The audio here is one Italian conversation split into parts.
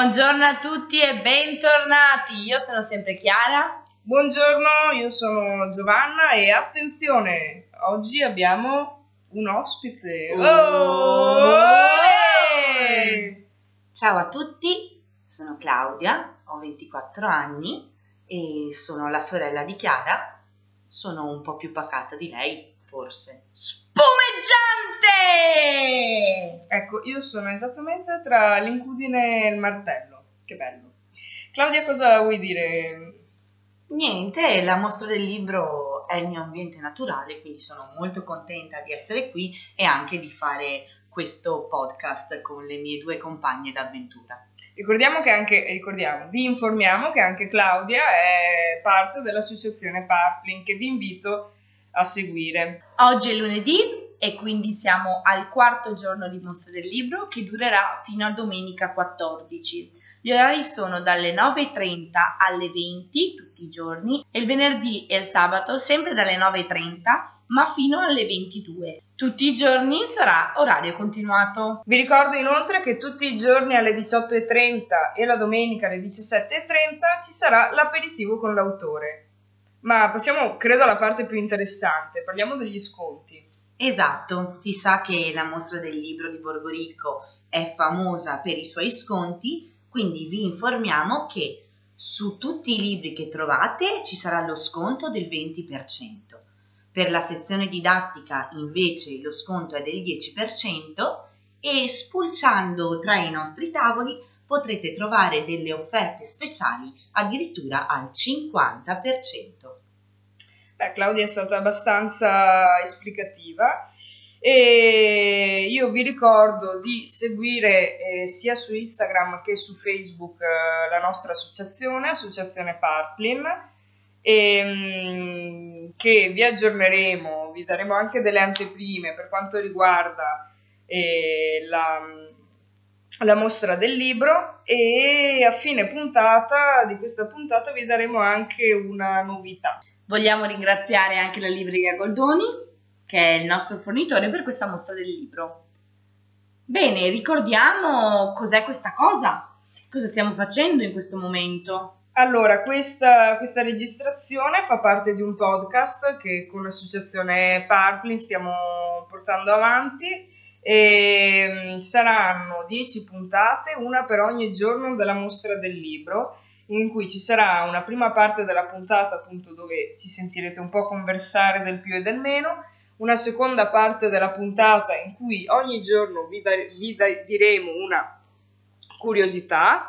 Buongiorno a tutti e bentornati, io sono sempre Chiara. Buongiorno, io sono Giovanna e attenzione, oggi abbiamo un ospite. Ciao a tutti, sono Claudia, ho 24 anni e sono la sorella di Chiara, sono un po' più pacata di lei, forse. Spumeggiante! Ecco, io sono esattamente tra l'incudine e il martello, che bello. Claudia, cosa vuoi dire? Niente, la mostra del libro è il mio ambiente naturale, quindi sono molto contenta di essere qui e anche di fare questo podcast con le mie due compagne d'avventura. Vi informiamo che anche Claudia è parte dell'associazione Parplin, che vi invito a seguire. Oggi è lunedì e quindi siamo al quarto giorno di mostra del libro che durerà fino a domenica 14. Gli orari sono dalle 9:30 alle 20 tutti i giorni e il venerdì e il sabato sempre dalle 9:30 ma fino alle 22. Tutti i giorni sarà orario continuato. Vi ricordo inoltre che tutti i giorni alle 18:30 e la domenica alle 17:30 ci sarà l'aperitivo con l'autore. Ma passiamo, credo, alla parte più interessante. Parliamo degli sconti. Esatto, si sa che la mostra del libro di Borgoricco è famosa per i suoi sconti, quindi vi informiamo che su tutti i libri che trovate ci sarà lo sconto del 20%. Per la sezione didattica invece lo sconto è del 10% e spulciando tra i nostri tavoli potrete trovare delle offerte speciali addirittura al 50%. Claudia è stata abbastanza esplicativa e io vi ricordo di seguire sia su Instagram che su Facebook la nostra associazione Parplin, che vi aggiorneremo, vi daremo anche delle anteprime per quanto riguarda la mostra del libro, e a fine puntata di questa puntata vi daremo anche una novità. Vogliamo ringraziare anche la libreria Goldoni, che è il nostro fornitore per questa mostra del libro. Bene, ricordiamo cos'è questa cosa? Cosa stiamo facendo in questo momento? Allora, questa registrazione fa parte di un podcast che con l'associazione Parplin stiamo portando avanti e saranno 10 puntate, una per ogni giorno della mostra del libro, in cui ci sarà una prima parte della puntata, appunto, dove ci sentirete un po' conversare del più e del meno, una seconda parte della puntata in cui ogni giorno vi diremo una curiosità,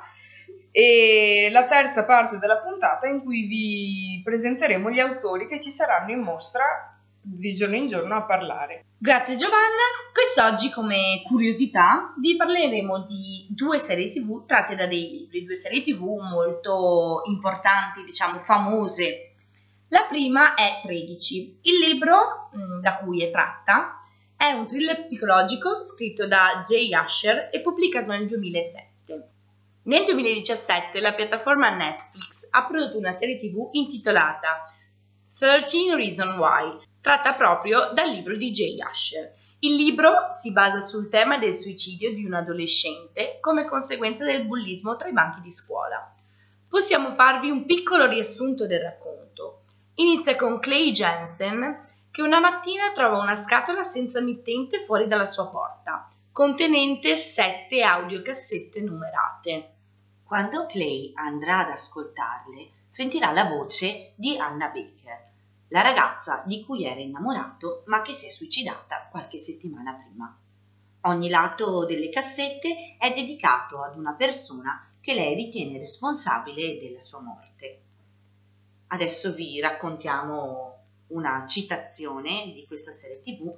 e la terza parte della puntata in cui vi presenteremo gli autori che ci saranno in mostra di giorno in giorno a parlare. Grazie Giovanna, quest'oggi come curiosità vi parleremo di due serie TV tratte da dei libri, due serie TV molto importanti, diciamo famose. La prima è 13, il libro da cui è tratta è un thriller psicologico scritto da Jay Asher e pubblicato nel 2007. Nel 2017 la piattaforma Netflix ha prodotto una serie TV intitolata 13 Reasons Why, tratta proprio dal libro di Jay Asher. Il libro si basa sul tema del suicidio di un adolescente come conseguenza del bullismo tra i banchi di scuola. Possiamo farvi un piccolo riassunto del racconto. Inizia con Clay Jensen che una mattina trova una scatola senza mittente fuori dalla sua porta, contenente 7 audiocassette numerate. Quando Clay andrà ad ascoltarle, sentirà la voce di Anna Baker, la ragazza di cui era innamorato ma che si è suicidata qualche settimana prima. Ogni lato delle cassette è dedicato ad una persona che lei ritiene responsabile della sua morte. Adesso vi raccontiamo una citazione di questa serie TV.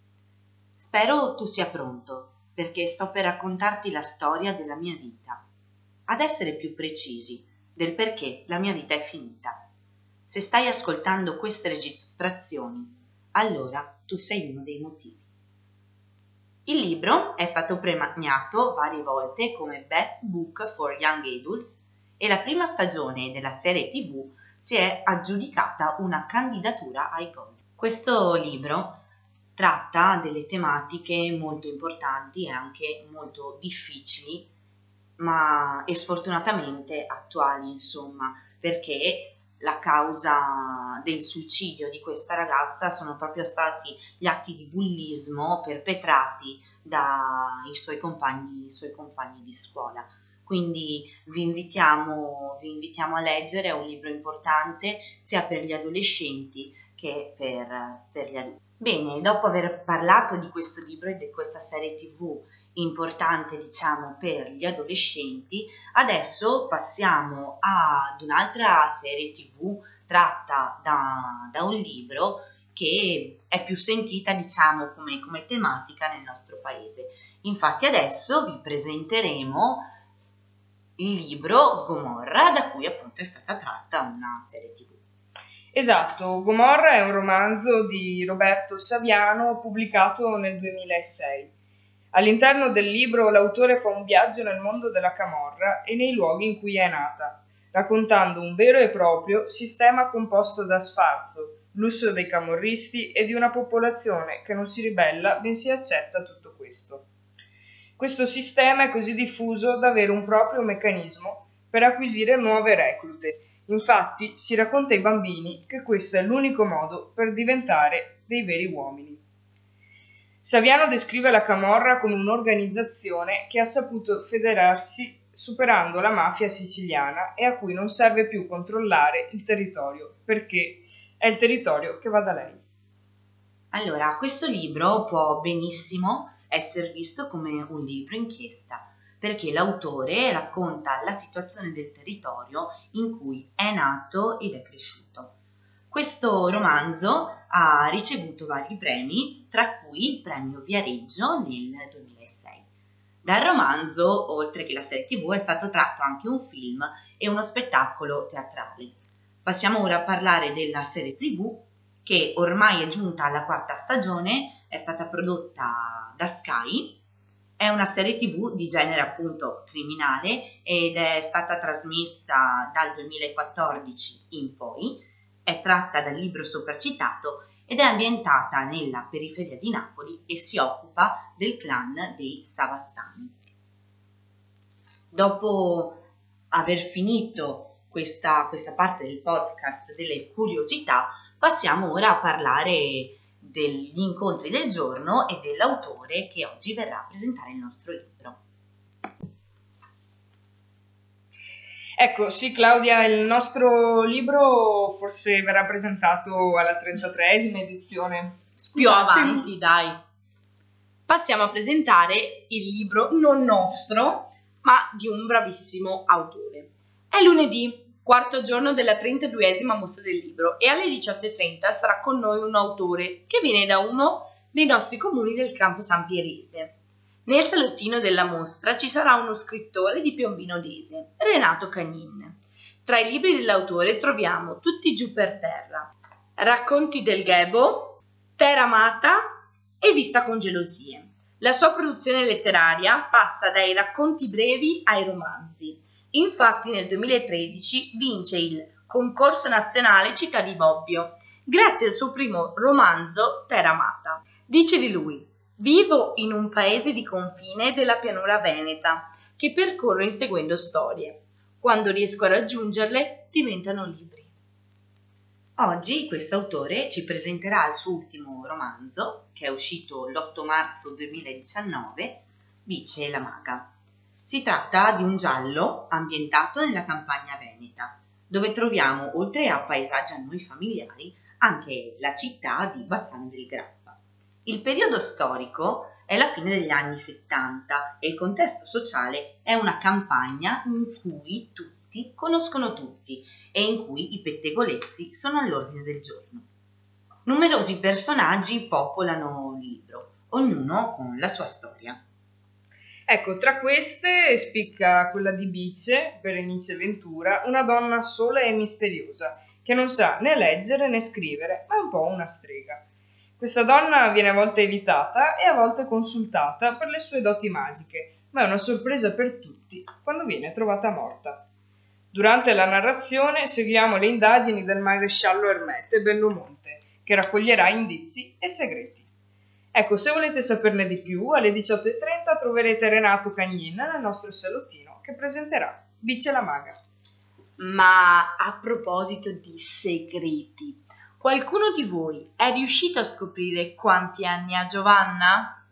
Spero tu sia pronto, perché sto per raccontarti la storia della mia vita. Ad essere più precisi, del perché la mia vita è finita. Se stai ascoltando queste registrazioni, allora tu sei uno dei motivi. Il libro è stato premiato varie volte come Best Book for Young Adults e la prima stagione della serie TV si è aggiudicata una candidatura ai Gold. Questo libro tratta delle tematiche molto importanti e anche molto difficili e sfortunatamente attuali, insomma, perché la causa del suicidio di questa ragazza sono proprio stati gli atti di bullismo perpetrati dai suoi compagni di scuola. Quindi vi invitiamo a leggere, è un libro importante sia per gli adolescenti che per gli adulti. Bene, dopo aver parlato di questo libro e di questa serie TV importante, diciamo, per gli adolescenti, adesso passiamo ad un'altra serie TV tratta da un libro che è più sentita, diciamo, come tematica nel nostro paese. Infatti adesso vi presenteremo il libro Gomorra, da cui appunto è stata tratta una serie TV. Esatto, Gomorra è un romanzo di Roberto Saviano pubblicato nel 2006. All'interno del libro l'autore fa un viaggio nel mondo della camorra e nei luoghi in cui è nata, raccontando un vero e proprio sistema composto da sfarzo, lusso dei camorristi e di una popolazione che non si ribella bensì accetta tutto questo. Questo sistema è così diffuso da avere un proprio meccanismo per acquisire nuove reclute. Infatti si racconta ai bambini che questo è l'unico modo per diventare dei veri uomini. Saviano descrive la camorra come un'organizzazione che ha saputo federarsi superando la mafia siciliana e a cui non serve più controllare il territorio perché è il territorio che va da lei. Allora, questo libro può benissimo essere visto come un libro inchiesta, perché l'autore racconta la situazione del territorio in cui è nato ed è cresciuto. Questo romanzo ha ricevuto vari premi, tra cui il premio Viareggio nel 2006. Dal romanzo, oltre che la serie TV, è stato tratto anche un film e uno spettacolo teatrale. Passiamo ora a parlare della serie TV, che ormai è giunta alla 4ª stagione, è stata prodotta da Sky. È una serie TV di genere appunto criminale ed è stata trasmessa dal 2014 in poi, è tratta dal libro sopracitato ed è ambientata nella periferia di Napoli e si occupa del clan dei Savastani. Dopo aver finito questa parte del podcast delle curiosità, passiamo ora a parlare degli incontri del giorno e dell'autore che oggi verrà a presentare il nostro libro. Ecco, sì Claudia, il nostro libro forse verrà presentato alla 33esima edizione. Più avanti, dai. Passiamo a presentare il libro non nostro, ma di un bravissimo autore. È lunedì, 4º giorno della 32esima mostra del libro e alle 18:30 sarà con noi un autore che viene da uno dei nostri comuni del campo San Pierese. Nel salottino della mostra ci sarà uno scrittore di Piombino Dese, Renato Cagnin. Tra i libri dell'autore troviamo Tutti giù per terra, Racconti del Ghebo, Terra amata e Vista con gelosie. La sua produzione letteraria passa dai racconti brevi ai romanzi. Infatti nel 2013 vince il Concorso Nazionale Città di Bobbio, grazie al suo primo romanzo Terra amata. Dice di lui: vivo in un paese di confine della pianura veneta che percorro inseguendo storie. Quando riesco a raggiungerle, diventano libri. Oggi questo autore ci presenterà il suo ultimo romanzo, che è uscito l'8 marzo 2019, Bice la maga. Si tratta di un giallo ambientato nella campagna veneta, dove troviamo, oltre a paesaggi a noi familiari, anche la città di Bassano del Grappa. Il periodo storico è la fine degli anni 70 e il contesto sociale è una campagna in cui tutti conoscono tutti e in cui i pettegolezzi sono all'ordine del giorno. Numerosi personaggi popolano il libro, ognuno con la sua storia. Ecco, tra queste spicca quella di Bice, Berenice Ventura, una donna sola e misteriosa, che non sa né leggere né scrivere, ma è un po' una strega. Questa donna viene a volte evitata e a volte consultata per le sue doti magiche, ma è una sorpresa per tutti quando viene trovata morta. Durante la narrazione seguiamo le indagini del maresciallo Ermete Bellomonte, che raccoglierà indizi e segreti. Ecco, se volete saperne di più, alle 18:30 troverete Renato Cagnin nel nostro salottino che presenterà Bice la Maga. Ma a proposito di segreti, qualcuno di voi è riuscito a scoprire quanti anni ha Giovanna?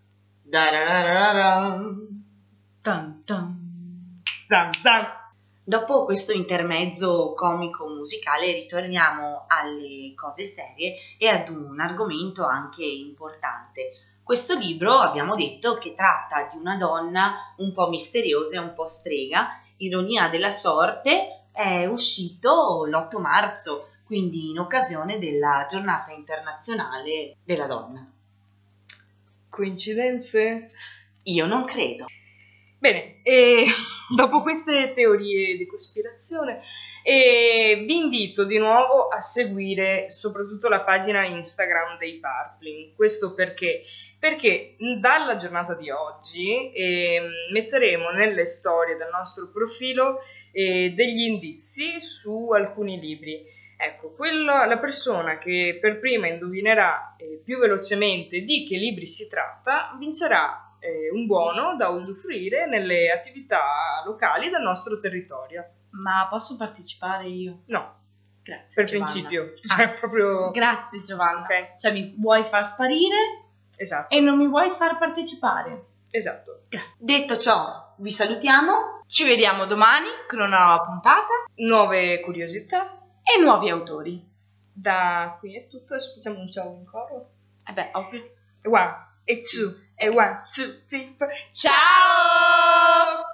Tan tan. Zan, zan. Dopo questo intermezzo comico-musicale ritorniamo alle cose serie e ad un argomento anche importante. Questo libro abbiamo detto che tratta di una donna un po' misteriosa e un po' strega. Ironia della sorte, è uscito l'8 marzo, quindi in occasione della giornata internazionale della donna. Coincidenze? Io non credo. Bene, e dopo queste teorie di cospirazione, vi invito di nuovo a seguire soprattutto la pagina Instagram dei Purpling. Questo perché? Perché dalla giornata di oggi metteremo nelle storie del nostro profilo degli indizi su alcuni libri. Ecco, la persona che per prima indovinerà più velocemente di che libri si tratta vincerà un buono da usufruire nelle attività locali del nostro territorio. Ma posso partecipare io? No, Grazie. per Giovanna. principio. Cioè, proprio... Grazie Giovanna. Ok. Cioè mi vuoi far sparire Esatto, e non mi vuoi far partecipare. esatto. Detto ciò, vi salutiamo. Ci vediamo domani con una nuova puntata Nuove curiosità. e nuovi autori. Da qui è tutto, adesso facciamo un ciao in coro. Ovvio. E 1, e 2, e 1, 2, 3, 4. Ciao!